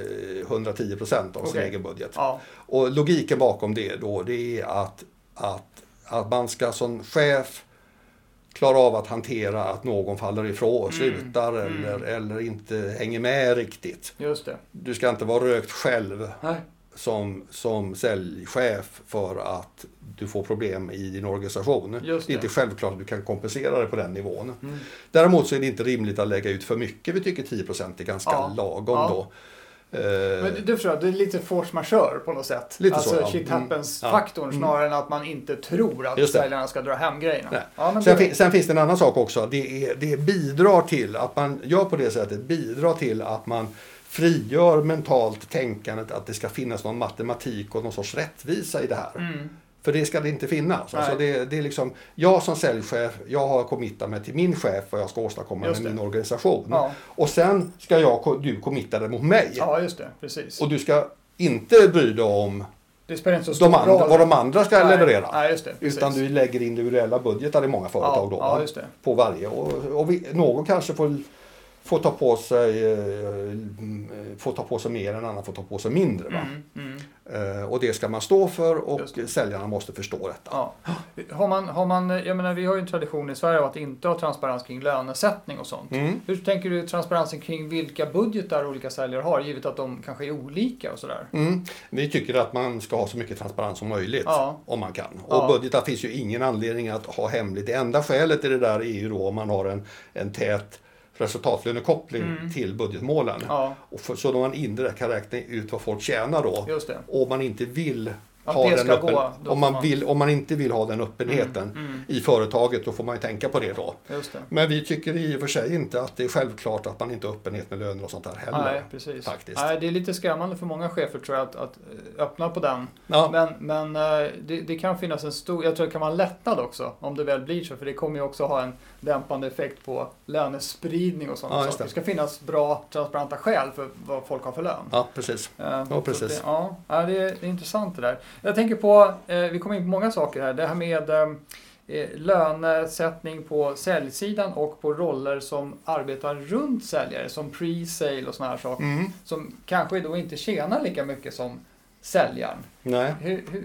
110% av sin egen budget. Ja. Och logiken bakom det då, det är att man ska som chef klara av att hantera att någon faller ifrån, slutar eller inte hänger med riktigt. Just det. Du ska inte vara rökt själv. Nej. Som säljchef för att du får problem i din organisation. Det är inte självklart att du kan kompensera det på den nivån. Däremot så är det inte rimligt att lägga ut för mycket. Vi tycker 10% är ganska lagom då. Men du förstår, det är lite force majeure på något sätt. Lite alltså så, shit happens-faktorn snarare än att man inte tror att säljarna ska dra hem grejerna. Sen finns det en annan sak också. Det bidrar till att man gör på det sättet, bidrar till att man frigör mentalt tänkandet att det ska finnas någon matematik och någon sorts rättvisa i det här. För det ska det inte finnas. Alltså det är liksom, jag som säljchef, jag har committat mig till min chef vad jag ska åstadkomma med min organisation. Ja. Och sen ska du committa dig mot mig. Ja, just det. Precis. Och du ska inte bry dig om vad de andra ska leverera. Nej, just det. Utan du lägger individuella budgetar i många företag då. Ja, just det. På varje. Och någon kanske får ta på sig mer än annan får ta på sig mindre. Va? Och det ska man stå för och säljarna måste förstå detta. Ja. Har man, jag menar, vi har ju en tradition i Sverige att inte ha transparens kring lönesättning och sånt. Hur tänker du transparensen kring vilka budgetar olika säljare har, givet att de kanske är olika och sådär? Vi tycker att man ska ha så mycket transparens som möjligt om man kan. Och budgetar finns ju ingen anledning att ha hemligt. Det enda skälet i det där är ju då om man har en tät resultatlönekoppling till budgetmålen. Ja. Och så då man indirekt kan räkna ut vad folk tjänar då. Just det. Och man inte vill ha den om man inte vill ha den öppenheten i företaget, då får man ju tänka på det då. Just det. Men vi tycker i och för sig inte att det är självklart att man inte har öppenhet med löner och sånt där heller. Nej, precis. Faktiskt. Nej, det är lite skrämmande för många chefer tror jag att öppna på den. Ja. Men det kan finnas en stor, jag tror det kan vara en lättnad också om det väl blir så, för det kommer ju också ha en dämpande effekt på lönespridning och sånt. Ja, det ska finnas bra transparenta skäl för vad folk har för lön. Ja, precis. Precis. Det är intressant det där. Jag tänker på, vi kommer in på många saker här, det här med lönesättning på säljsidan och på roller som arbetar runt säljare, som pre-sale och såna här saker, som kanske då inte tjänar lika mycket som säljaren. Nej.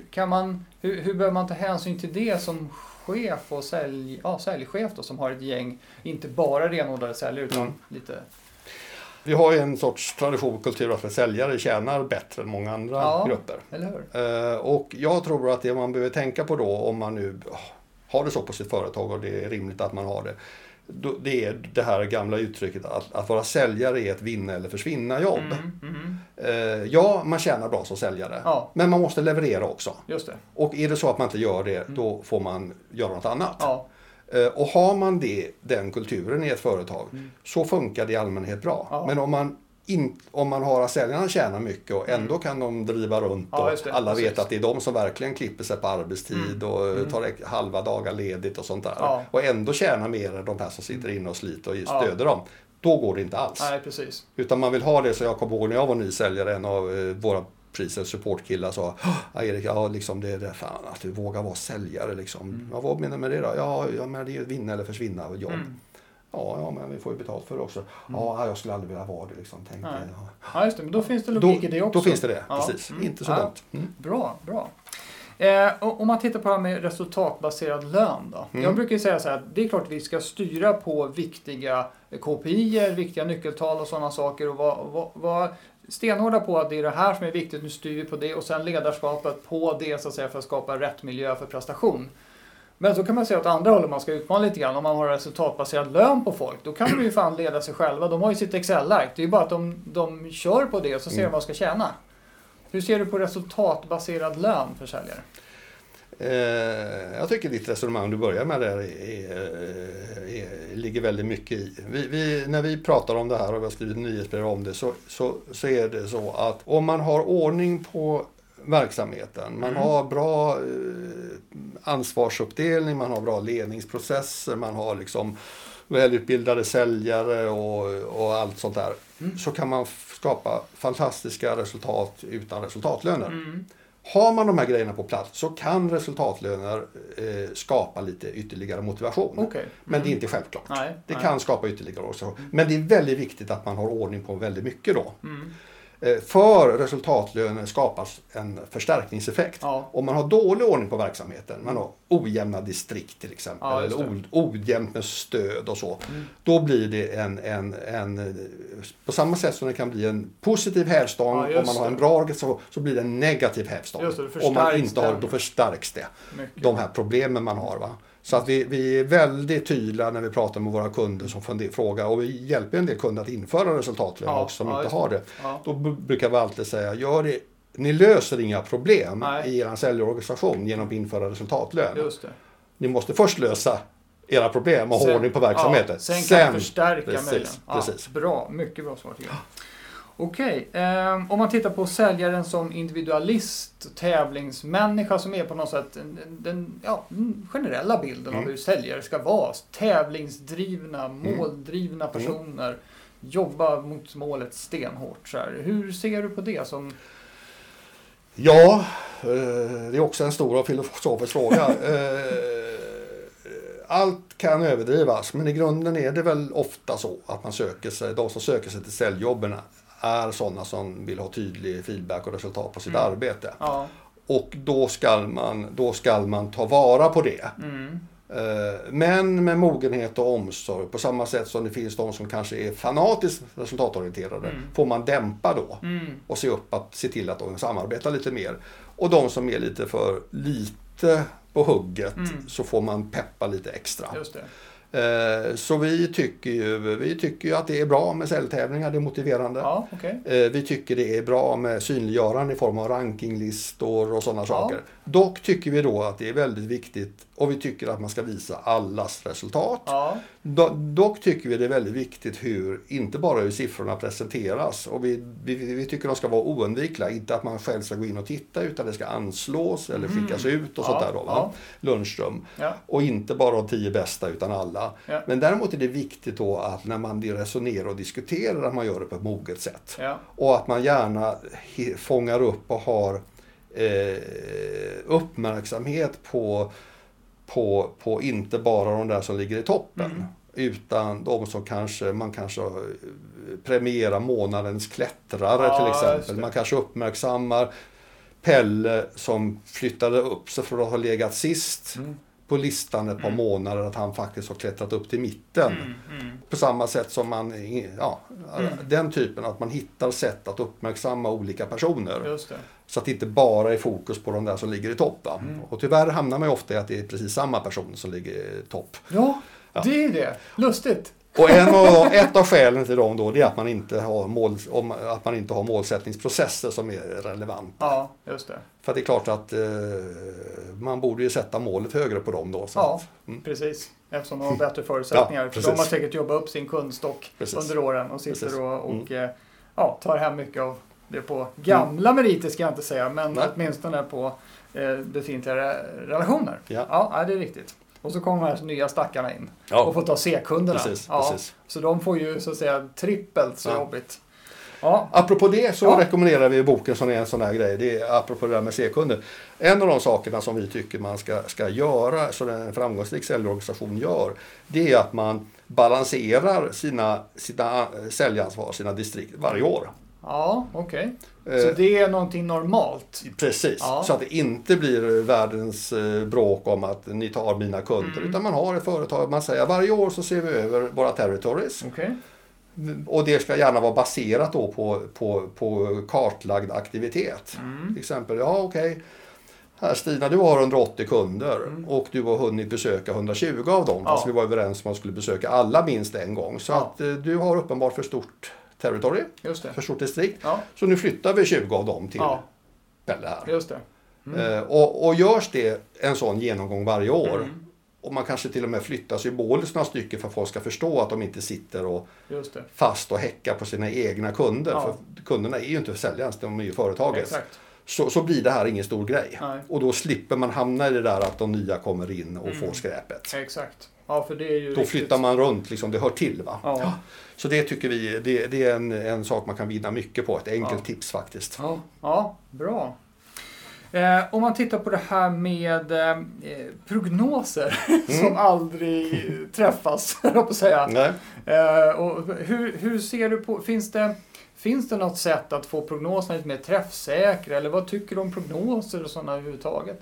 Hur bör man ta hänsyn till det som chef och säljchef då, som har ett gäng, inte bara renodlade säljare utan lite... Vi har ju en sorts tradition och kultur att säljare tjänar bättre än många andra grupper. Eller hur? Och jag tror att det man behöver tänka på då, om man nu har det så på sitt företag och det är rimligt att man har det, det är det här gamla uttrycket att vara säljare är ett vinna eller försvinna jobb. Ja, man tjänar bra som säljare, men man måste leverera också. Just det. Och är det så att man inte gör det, då får man göra något annat. Ja. Och har man den kulturen i ett företag så funkar det i allmänhet bra. Ja. Men om man har att säljarna tjänar mycket och ändå kan de driva runt och alla vet att det är de som verkligen klipper sig på arbetstid och tar halva dagar ledigt och sånt där. Ja. Och ändå tjänar mer än de här som sitter inne och sliter och stöder dem. Då går det inte alls. Nej, precis. Utan man vill ha det, så jag kommer ihåg när jag var ny säljare, en av våra supportkillar sa, Erik, liksom det är fan att du vågar vara säljare liksom. Ja, vad menar du med det då? Ja, men det är ju vinna eller försvinna jobb. Ja, men vi får ju betalt för det också. Ja, jag skulle aldrig vilja vara det liksom. Tänkte, ja, just det. Men då finns det logik i det också. Då finns det, precis. Inte så dumt. Bra. Om man tittar på det här med resultatbaserad lön då. Jag brukar säga så här, det är klart att vi ska styra på viktiga KPI:er, viktiga nyckeltal och sådana saker och vara stenhårda på att det är det här som är viktigt, nu styr vi på det och sen ledarskapet på det så att säga för att skapa rätt miljö för prestation. Men så kan man säga åt andra hållet, man ska utmana lite grann. Om man har resultatbaserad lön på folk, då kan de ju fan leda sig själva. De har ju sitt Excel-ark. Det är ju bara att de kör på det och så ser de vad de ska tjäna. Hur ser du på resultatbaserad lön för säljare? Jag tycker ditt resonemang du börjar med där ligger väldigt mycket i. När vi pratar om det här och vi har skrivit nyhetsbrev om det så är det så att om man har ordning på verksamheten, man har bra ansvarsuppdelning, man har bra ledningsprocesser, man har liksom välutbildade säljare och allt sånt där, så kan man skapa fantastiska resultat utan resultatlöner. Har man de här grejerna på plats så kan resultatlöner skapa lite ytterligare motivation. Men det är inte självklart. Det kan skapa ytterligare också. Men det är väldigt viktigt att man har ordning på väldigt mycket då. För resultatlöner skapas en förstärkningseffekt. Om man har dålig ordning på verksamheten, man har ojämna distrikt till exempel, eller ojämnt med stöd och så, då blir det en på samma sätt som det kan bli en positiv hävstång om man har en bra organisation, så blir det en negativ hävstång. Om man inte har, då förstärks det. De här problemen man har, va? Så att vi är väldigt tydliga när vi pratar med våra kunder som frågar, och vi hjälper en del kunder att införa resultatlön också som inte har det. Då brukar vi alltid säga, ni löser inga problem i er säljorganisation genom att införa resultatlön. Just det. Ni måste först lösa era problem och ha ordning på verksamheten. Sen kan vi förstärka möjligen. Precis. Bra, mycket bra svar tycker jag. Okej, om man tittar på säljaren som individualist, tävlingsmänniska som är på något sätt den generella bilden av hur säljare ska vara. Tävlingsdrivna, måldrivna personer, jobba mot målet stenhårt. Så här. Hur ser du på det som... Ja, det är också en stor och filosofisk fråga. Allt kan överdrivas, men i grunden är det väl ofta så att de som söker sig till säljjobben är sådana som vill ha tydlig feedback och resultat på sitt arbete. Och då ska man ta vara på det. Men med mogenhet och omsorg, på samma sätt som det finns de som kanske är fanatiskt resultatorienterade, får man dämpa då och se till att de samarbetar lite mer. Och de som är lite för lite på hugget, så får man peppa lite extra. Just det. Så vi tycker ju att det är bra med säljtävlingar, det är motiverande. Vi tycker det är bra med synliggörande i form av rankinglistor och sådana saker. Dock tycker vi då att det är väldigt viktigt, och vi tycker att man ska visa allas resultat. Dock tycker vi det är väldigt viktigt inte bara hur siffrorna presenteras, och vi tycker de ska vara oundvikliga, inte att man själv ska gå in och titta, utan det ska anslås eller skickas ut och sånt där då, lunchrum. Och inte bara de 10 bästa utan alla. Men däremot är det viktigt då att när man resonerar och diskuterar att man gör det på ett moget sätt. Och att man gärna fångar upp och har uppmärksamhet på inte bara de där som ligger i toppen, utan de som man kanske premierar månadens klättrare till exempel. Man kanske uppmärksammar Pelle som flyttade upp sig för att ha legat sist på listan ett par månader, att han faktiskt har klättrat upp till mitten. På samma sätt som den typen, att man hittar sätt att uppmärksamma olika personer. Just det. Så att det inte bara är fokus på de där som ligger i topp. Och tyvärr hamnar man ju ofta i att det är precis samma person som ligger i topp. Ja, det är det. Lustigt. Och ett av skälen till dem då, det är att man inte har målsättningsprocesser som är relevanta. Ja, just det. För det är klart att man borde ju sätta målet högre på dem då. Så precis. Eftersom de har bättre förutsättningar. För de har säkert jobbat upp sin kundstock under åren och sitter och tar hem mycket av det på gamla meriter, ska jag inte säga, men åtminstone på befintliga relationer. Ja, det är riktigt. Och så kommer de här nya stackarna in och får ta C-kunderna. Precis. Så de får ju så att säga trippelt så jobbigt. Ja. Apropå det så rekommenderar vi boken som är en sån här grej. Det är apropå det där med C-kunder. En av de sakerna som vi tycker man ska göra, så en framgångsrik säljorganisation gör, det är att man balanserar sina säljansvar, sina distrikt varje år. Ja, okej. Så det är någonting normalt? Precis, så att det inte blir världens bråk om att ni tar mina kunder. Utan man har ett företag, man säger varje år så ser vi över våra territories. Okay. Och det ska gärna vara baserat då på kartlagd aktivitet. Till exempel, här Stina, du har 180 kunder och du har hunnit besöka 120 av dem. Fast vi var överens om att man skulle besöka alla minst en gång. Så att du har uppenbart för stort territory, för stort distrikt. Ja. Så nu flyttar vi 20 av dem till Pelle här. Just det. Och görs det en sån genomgång varje år, och man kanske till och med flyttar symboliskt några stycken för att folk ska förstå att de inte sitter och fast och häckar på sina egna kunder. För kunderna är ju inte säljare, de är ju företaget. Exakt. Så blir det här ingen stor grej. Nej. Och då slipper man hamna i det där att de nya kommer in och får skräpet. Exakt. Ja, för det är ju då flyttar man runt, liksom, det hör till va? Ja. Så det tycker vi, det är en sak man kan vinna mycket på. Ett enkelt tips faktiskt. Ja, bra. Om man tittar på det här med prognoser som aldrig träffas, jag på att säga. Nej. Och hur ser du på, finns det något sätt att få prognoserna lite mer träffsäkra? Eller vad tycker du om prognoser och sådana överhuvudtaget?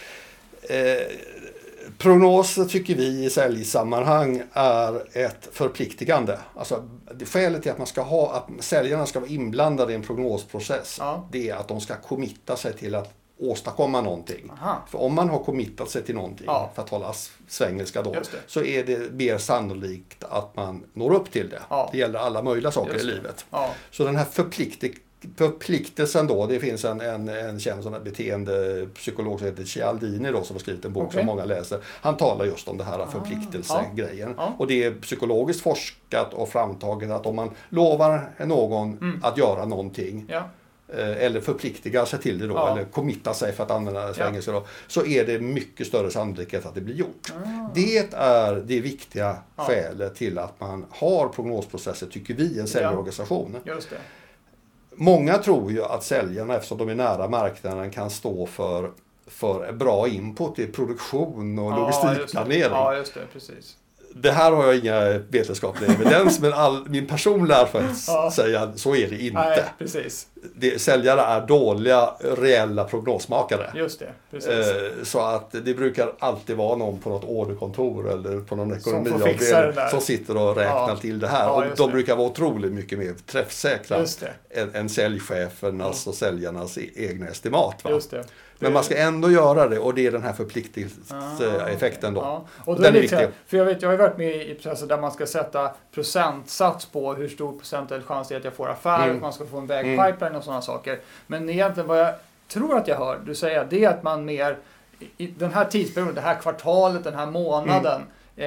Prognoser tycker vi i säljsammanhang är ett förpliktigande. Alltså, skälet till att att säljarna ska vara inblandade i en prognosprocess, det är att de ska committa sig till att åstadkomma någonting. Aha. För om man har committat sig till någonting, för att hålla svengelska då, så är det mer sannolikt att man når upp till det. Det gäller alla möjliga saker i livet. Så den här förpliktelsen då, det finns en känd sån här beteendepsykolog som heter Cialdini då, som har skrivit en bok som många läser. Han talar just om det här förpliktelsegrejen. Och det är psykologiskt forskat och framtaget att om man lovar någon att göra någonting, eller förpliktiga sig till det då, eller committa sig för att använda svengelska då, så är det mycket större sannolikhet att det blir gjort. Det är det viktiga skälet till att man har prognosprocesser, tycker vi, en säljorganisation. Just det. Många tror ju att säljarna, eftersom de är nära marknaden, kan stå för bra input i produktion och logistikplanering. Ja, just det, precis. Det här har jag inga vetenskapliga evidens, men min personliga erfarenhet säger att så är det inte. Nej, precis. Säljare är dåliga, reella prognosmakare. Just det, precis. Så att det brukar alltid vara någon på något orderkontor eller på någon ekonomiavdelning som sitter och räknar till det här. Och de brukar vara otroligt mycket mer träffsäkra än säljchefernas och säljarnas egna estimat. Va? Just det. Men man ska ändå göra det, och det är den här förpliktelseeffekten då. Och den är viktig. För jag har ju varit med i processer där man ska sätta procentsats på hur stor procentuell chans det är att jag får affär, att man ska få en vägpipeline och sådana saker. Men egentligen vad jag tror att jag hör du säga, det är att man mer i den här tidsperioden, det här kvartalet, den här månaden,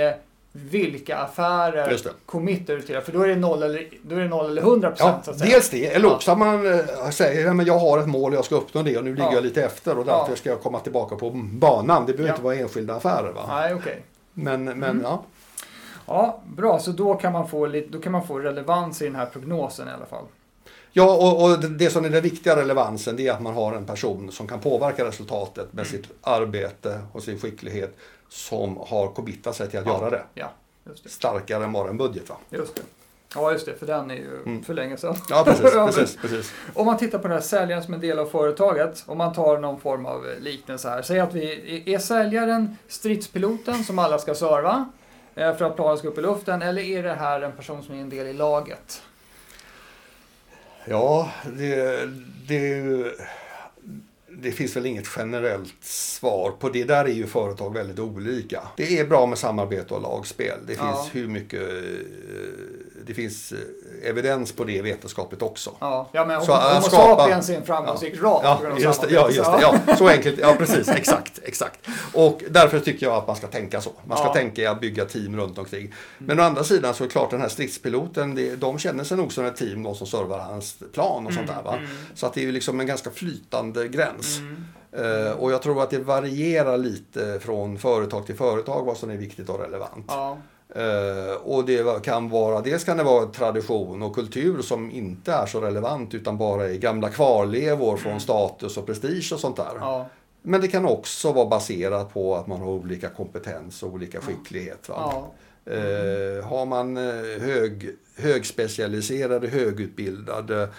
vilka affärer committar du till? För då är det 0 eller 100%. Så att säga. Dels det, eller också att man säger att jag har ett mål och jag ska uppnå det och nu ligger jag lite efter och därför ska jag komma tillbaka på banan. Det behöver inte vara enskilda affärer. Va? Nej, okej. Men ja. Ja, bra. Så då kan man få relevans i den här prognosen i alla fall. Ja, och det som är den viktiga relevansen, det är att man har en person som kan påverka resultatet med sitt arbete och sin skicklighet, som har committat sig till att göra det. Ja, just det. Starkare än bara en budget, va? Just det. Ja, just det, för den är ju för länge sedan. Ja, precis. Om man tittar på den här säljaren som en del av företaget, om man tar någon form av liknelse här. Säg att vi är säljaren stridspiloten som alla ska serva för att planen ska upp i luften, eller är det här en person som är en del i laget? Ja, det finns väl inget generellt svar på det. Där är ju företag väldigt olika. Det är bra med samarbete och lagspel. Det finns det finns evidens på det vetenskapligt också. Ja, men Homo sapiens är en framgångsrik ras. Så enkelt. Ja, precis. Exakt. Och därför tycker jag att man ska tänka så. Man ska tänka att bygga team runt omkring. Men å andra sidan så är det klart, den här stridspiloten, de känner sig nog som ett team, de som servar hans plan och sånt där. Va? Så att det är ju liksom en ganska flytande gräns. Och jag tror att det varierar lite från företag till företag vad som är viktigt och relevant. Och det kan vara, dels kan det vara tradition och kultur som inte är så relevant utan bara är gamla kvarlevor från status och prestige och sånt där. Ja. Men det kan också vara baserat på att man har olika kompetens och olika skicklighet. Va? Ja. Har man högspecialiserade, högutbildade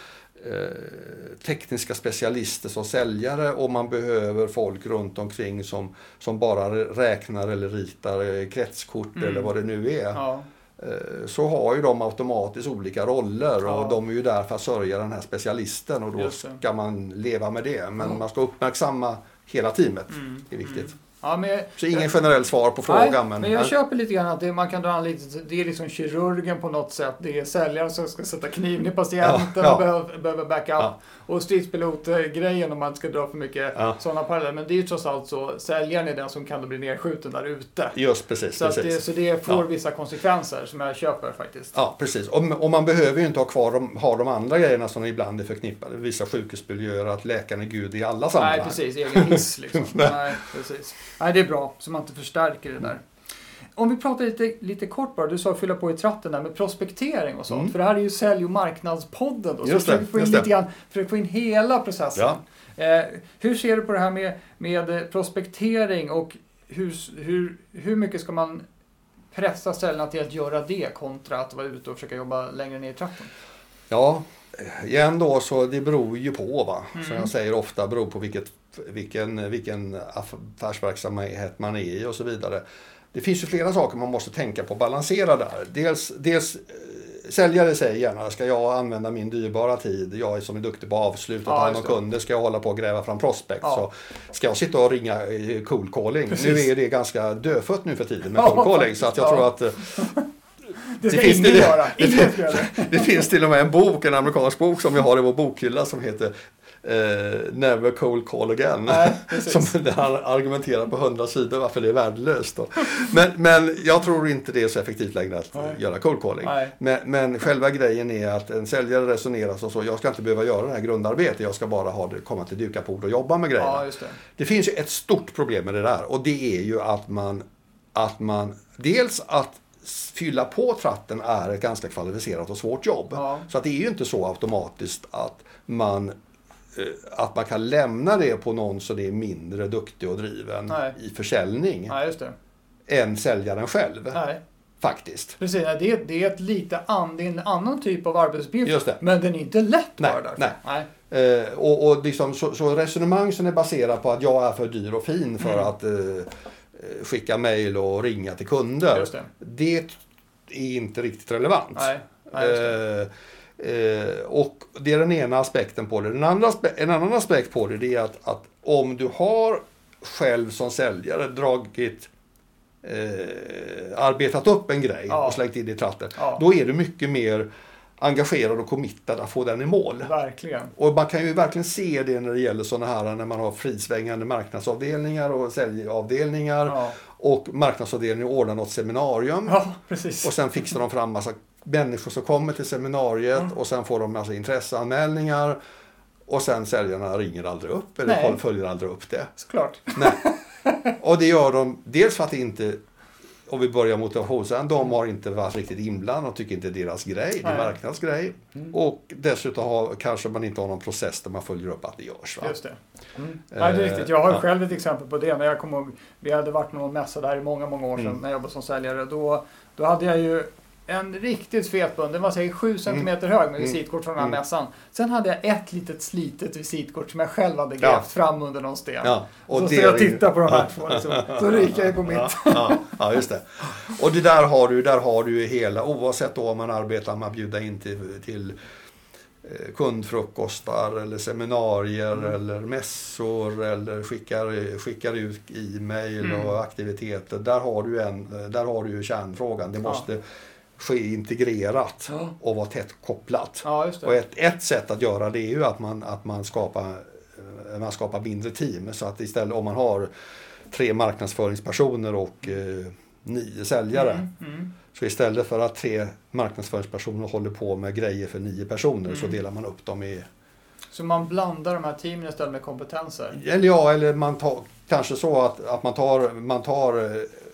tekniska specialister som säljare och man behöver folk runt omkring som bara räknar eller ritar kretskort eller vad det nu är. Ja. Så har ju de automatiskt olika roller och de är ju där för att sörja den här specialisten och då ska man leva med det. Men man ska uppmärksamma hela teamet, det är viktigt. Ja, så ingen generell svar på frågan. Men jag köper lite grann att man kan dra lite, det är liksom kirurgen på något sätt. Det är säljaren som ska sätta kniven i patienten och behöver backup. Ja. Och stridspilot-grejen om man ska dra för mycket sådana paralleller. Men det är ju trots allt så, säljaren är den som kan bli nedskjuten där ute. Just precis. Så det får vissa konsekvenser som jag köper faktiskt. Ja, precis. Och man behöver ju inte ha de andra grejerna som ibland är förknippade. Vissa sjukhusmiljöer att läkaren är gud i alla sammanhang. Nej, precis. Egen hiss liksom. Nej, precis. Nej, det är bra, så man inte förstärker det där. Om vi pratar lite kort bara, du sa fylla på i tratten där med prospektering och sånt. För det här är ju sälj- och marknadspodden då. Så försöker få in hela processen. Ja. Hur ser du på det här med prospektering och hur mycket ska man pressa säljarna till att göra det kontra att vara ute och försöka jobba längre ner i tratten? Ja, igen då så det beror ju på va. Som jag säger ofta beror på vilken affärsverksamhet man är i och så vidare. Det finns ju flera saker man måste tänka på och balansera där. Dels säljare säger gärna, ska jag använda min dyrbara tid, jag är som är duktig på avslut och ta hand om kunder, ska jag hålla på och gräva fram prospect, så ska jag sitta och ringa cold calling. Precis. Nu är det ganska dödfött nu för tiden med cold calling, så att jag tror att det ska ingen göra. Det finns till och med en amerikansk bok som vi har i vår bokhylla som heter Never Cold Call Again. Nej, som han argumenterar på 100 sidor varför det är värdelöst då. Men jag tror inte det är så effektivt längre att göra cold calling. Men själva grejen är att en säljare resonerar så jag ska inte behöva göra det här grundarbetet, jag ska bara komma till dukat bord och jobba med grejerna. Det finns ju ett stort problem med det där och det är ju att man dels att fylla på tratten är ett ganska kvalificerat och svårt jobb. Så att det är ju inte så automatiskt att man kan lämna det på någon som är mindre duktig och driven i försäljning än säljaren själv. Faktiskt. Precis, det är en annan typ av arbetsuppgift, men den är inte lätt bara Nej. Och liksom, så resonemang som är baserat på att jag är för dyr och fin för att skicka mejl och ringa till kunder. Det är inte riktigt relevant. Och det är den ena aspekten på det. En annan aspekt på det är att om du har själv som säljare arbetat upp en grej och slängt in i tratten, då är du mycket mer engagerad och committad att få den i mål. Verkligen. Och man kan ju verkligen se det när det gäller sådana här, när man har frisvängande marknadsavdelningar och säljavdelningar och marknadsavdelningen ordnar något seminarium. Precis. Och sen fixar de fram massa människor som kommer till seminariet och sen får de massa intresseanmälningar och sen säljarna ringer aldrig upp eller följer aldrig upp det. Såklart. Nej. Och det gör de dels för att det inte, om vi börjar motivationen, de har inte varit riktigt inblandade och tycker inte det är deras grej, det är marknadsgrej. Och dessutom kanske man inte har någon process där man följer upp att det görs. Va? Just det. Det är riktigt. Jag har själv ett exempel på det. När jag kom ihåg, vi hade varit med någon mässa där i många år sedan när jag jobbade som säljare. Då hade jag ju en riktigt fet bund. Den var säkert 7 centimeter hög med visitkort från den här mässan. Sen hade jag ett litet slitet visitkort som jag själv hade grävt fram under någon sten. Och så jag tittar på de här två. Så ryker jag på mitt. Ja, just det. Och det där har du ju hela, oavsett då om man arbetar med att bjuda in till kundfrukostar eller seminarier eller mässor eller skickar ut e-mail och aktiviteter. Där har du ju kärnfrågan. Det måste ske integrerat och vara tätt kopplat. Och ett sätt att göra det är ju att man skapar mindre team. Så att istället, om man har 3 marknadsföringspersoner och 9 säljare, så istället för att 3 marknadsföringspersoner håller på med grejer för 9 personer så delar man upp dem i... Så man blandar de här teamen istället med kompetenser? Eller man tar kanske så att man tar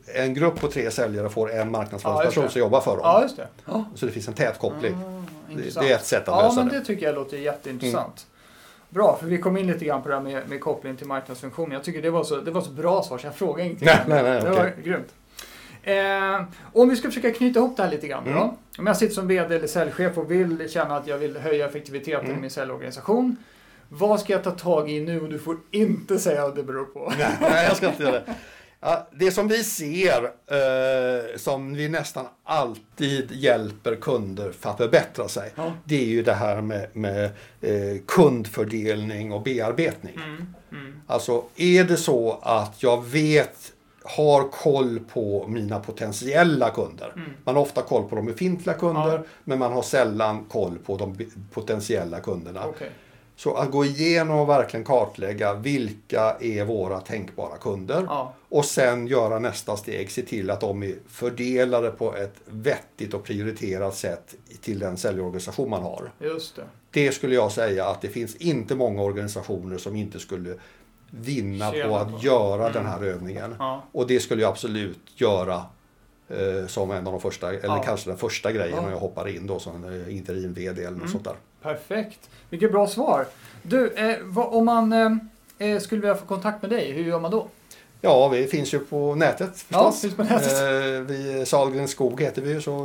en grupp på 3 säljare får en marknadsföringsperson som jobbar för dem. Ja, just det. Så det finns en tät koppling. Det är ett sätt att lösa det. Ja, men det tycker jag låter jätteintressant. Bra, för vi kom in lite grann på det här med koppling till marknadsfunktion. Jag tycker det var så bra svar så jag frågar ingenting. Nej, det var grymt. Om vi ska försöka knyta ihop det här lite grann då. Om jag sitter som vd eller säljchef och vill känna att jag vill höja effektiviteten i min säljorganisation. Vad ska jag ta tag i nu? Och du får inte säga att det beror på. Nej, jag ska inte göra det. Ja, det som vi ser, som vi nästan alltid hjälper kunder för att förbättra sig, det är ju det här med kundfördelning och bearbetning. Alltså, är det så att jag har koll på mina potentiella kunder. Man har ofta koll på de befintliga kunder, men man har sällan koll på de potentiella kunderna. Okay. Så att gå igenom och verkligen kartlägga vilka är våra tänkbara kunder. Och sen göra nästa steg, se till att de är fördelade på ett vettigt och prioriterat sätt till den säljorganisation man har. Just det. Det skulle jag säga att det finns inte många organisationer som inte skulle vinna på att göra den här övningen. Och det skulle jag absolut göra som en av de första, eller kanske den första grejen när jag hoppar in då som interim-vd eller något sånt där. Perfekt. Vilket bra svar. Du, om man skulle vilja få kontakt med dig, hur gör man då? Ja, vi finns ju på nätet förstås. Ja, finns på nätet. Sahlgrens Skog heter vi ju, så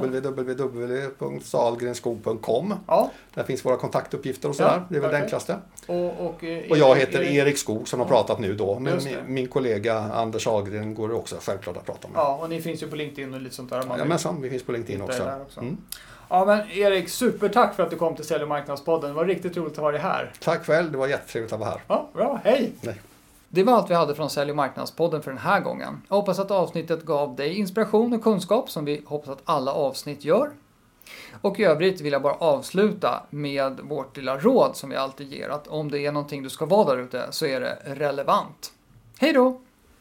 www.sahlgrenskog.com. Där finns våra kontaktuppgifter och sådär. Det är väl det enklaste. Och jag heter Erik Skog som har pratat nu då. Men min kollega Anders Sahlgren går också självklart att prata med. Ja, och ni finns ju på LinkedIn och lite sånt där. Ja, men vi finns på LinkedIn också. Ja, men Erik, supertack för att du kom till Sälj- och marknadspodden. Det var riktigt roligt att ha dig här. Tack själv, det var jättetrevligt att vara här. Ja, bra, hej! Nej. Det var allt vi hade från Sälj- och marknadspodden för den här gången. Jag hoppas att avsnittet gav dig inspiration och kunskap som vi hoppas att alla avsnitt gör. Och i övrigt vill jag bara avsluta med vårt lilla råd som vi alltid ger. Att om det är någonting du ska vara där ute så är det relevant. Hej då!